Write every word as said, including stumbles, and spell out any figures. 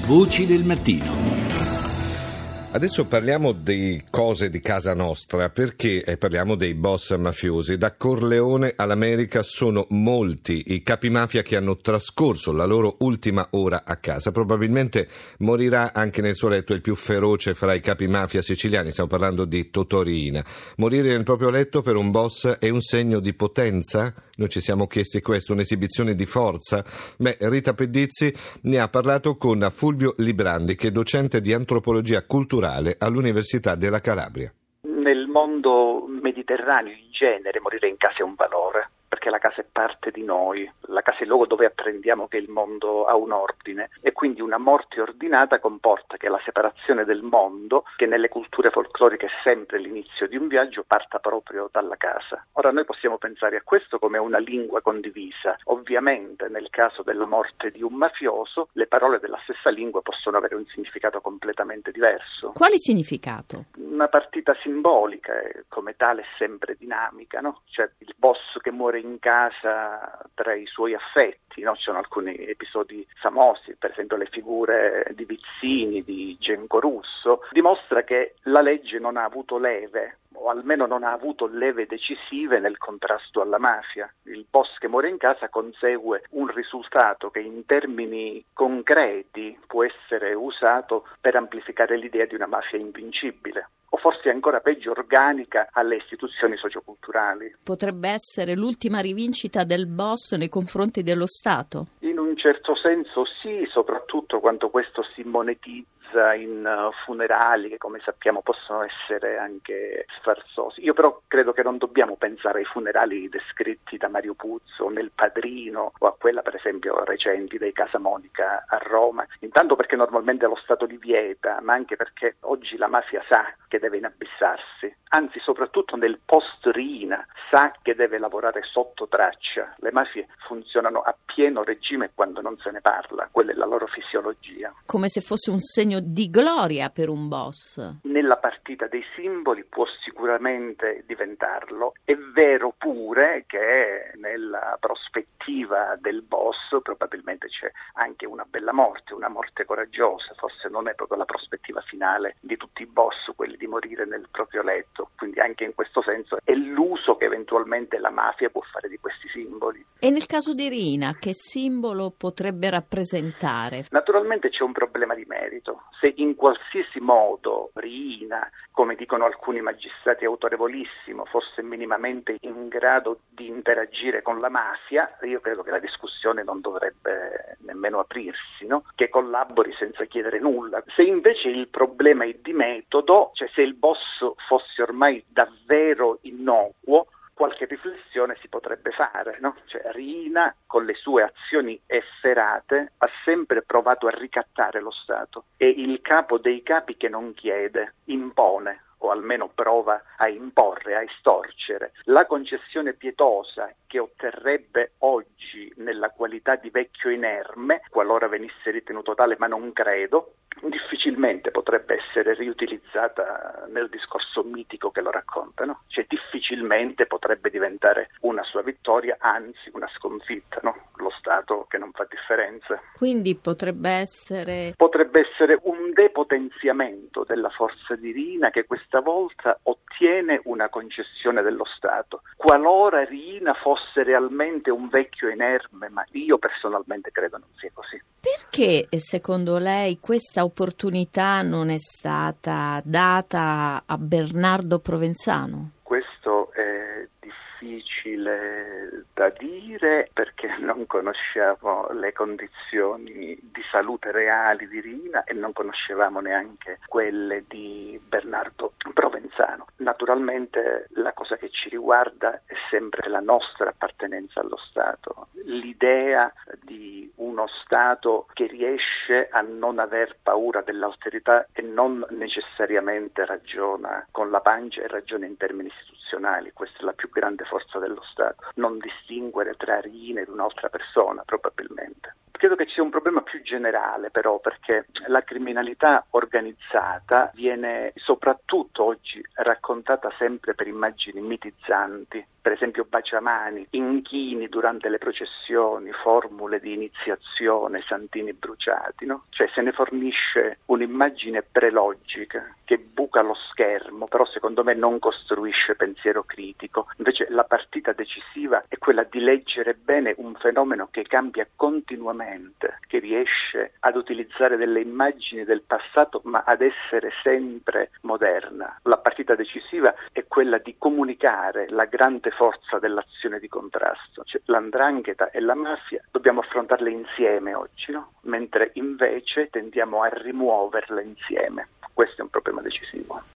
Voci del mattino. Adesso parliamo di cose di casa nostra, perché eh, parliamo dei boss mafiosi. Da Corleone all'America sono molti i capimafia che hanno trascorso la loro ultima ora a casa. Probabilmente morirà anche nel suo letto il più feroce fra i capimafia siciliani, stiamo parlando di Totò Riina. Morire nel proprio letto per un boss è un segno di potenza? Noi ci siamo chiesti questo, un'esibizione di forza? Beh, Rita Pedizzi ne ha parlato con Fulvio Librandi, che è docente di antropologia culturale all'Università della Calabria. Nel mondo mediterraneo in genere morire in casa è un valore, perché la casa è parte di noi, la casa è il luogo dove apprendiamo che il mondo ha un ordine, e quindi una morte ordinata comporta che la separazione del mondo, che nelle culture folcloriche è sempre l'inizio di un viaggio, parta proprio dalla casa. Ora noi possiamo pensare a questo come una lingua condivisa. Ovviamente nel caso della morte di un mafioso le parole della stessa lingua possono avere un significato completamente diverso. Quale significato? Una partita simbolica, e come tale sempre dinamica, no? Cioè il boss che muore in casa tra i suoi affetti, no? Ci sono alcuni episodi famosi, per esempio le figure di Vizzini, di Genco Russo, dimostra che la legge non ha avuto leve, o almeno non ha avuto leve decisive nel contrasto alla mafia. Il boss che muore in casa consegue un risultato che in termini concreti può essere usato per amplificare l'idea di una mafia invincibile, o forse ancora peggio organica alle istituzioni socioculturali. Potrebbe essere l'ultima rivincita del boss nei confronti dello Stato? In un certo senso sì, soprattutto quando questo si monetizza in uh, funerali che, come sappiamo, possono essere anche sfarzosi. Io però credo che non dobbiamo pensare ai funerali descritti da Mario Puzo nel Padrino, o a quella per esempio recenti dei Casa Monica a Roma, intanto perché normalmente lo Stato li vieta, ma anche perché oggi la mafia sa che deve inabissarsi, anzi soprattutto nel post Riina sa che deve lavorare sotto traccia. Le mafie funzionano a pieno regime quando non se ne parla, quella è la loro fisiologia. Come se fosse un segno di gloria per un boss. Nella partita dei simboli può sicuramente diventarlo. È vero pure che nella prospettiva del boss probabilmente c'è anche una bella morte, una morte coraggiosa. Forse non è proprio la prospettiva finale di tutti i boss quelli di morire nel proprio letto, quindi anche in questo senso è l'uso che eventualmente la mafia può fare di questi simboli. E nel caso di Riina, che simbolo potrebbe rappresentare? Naturalmente c'è un problema di merito. Se in qualsiasi modo Riina, come dicono alcuni magistrati autorevolissimo, fosse minimamente in grado di interagire con la mafia, io credo che la discussione non dovrebbe nemmeno aprirsi, no? Che collabori senza chiedere nulla. Se invece il problema è di metodo, cioè se il boss fosse ormai davvero innocuo, qualche riflessione si potrebbe fare, no? Cioè Riina, con le sue azioni efferate, ha sempre provato a ricattare lo Stato. È il capo dei capi che non chiede, impone, o almeno prova a imporre, a estorcere. La concessione pietosa che otterrebbe oggi nella qualità di vecchio inerme, qualora venisse ritenuto tale, ma non credo, difficilmente potrebbe essere riutilizzata nel discorso mitico che lo racconta, no? Cioè difficilmente potrebbe diventare una sua vittoria, anzi una sconfitta, no? Lo Stato che non fa differenza. Quindi potrebbe essere... Potrebbe essere un depotenziamento della forza di Riina che questa volta ottiene una concessione dello Stato. Qualora Riina fosse realmente un vecchio inerme, ma io personalmente credo non sia così. Perché secondo lei questa opportunità non è stata data a Bernardo Provenzano? Questo è difficile da dire perché non conosciamo le condizioni di salute reali di Riina e non conoscevamo neanche quelle di Bernardo Provenzano. Naturalmente la cosa che ci riguarda è sempre la nostra appartenenza allo Stato, l'idea di uno Stato che riesce a non aver paura dell'alterità e non necessariamente ragiona con la pancia e ragiona in termini istituzionali. Questa è la più grande forza dello Stato, non distinguere tra Riina ed un'altra persona probabilmente. Credo che ci sia un problema più generale però, perché la criminalità organizzata viene soprattutto oggi raccontata sempre per immagini mitizzanti, per esempio baciamani, inchini durante le processioni, formule di iniziazione, santini bruciati, no? Cioè se ne fornisce un'immagine prelogica che buca lo schermo, però secondo me non costruisce pensiero critico. Invece la partita decisiva è quella di leggere bene un fenomeno che cambia continuamente, che riesce ad utilizzare delle immagini del passato ma ad essere sempre moderna. La partita decisiva è quella di comunicare la grande forza dell'azione di contrasto. Cioè, l'andrangheta e la mafia dobbiamo affrontarle insieme oggi, no? Mentre invece tendiamo a rimuoverle insieme. Questo è un problema decisivo.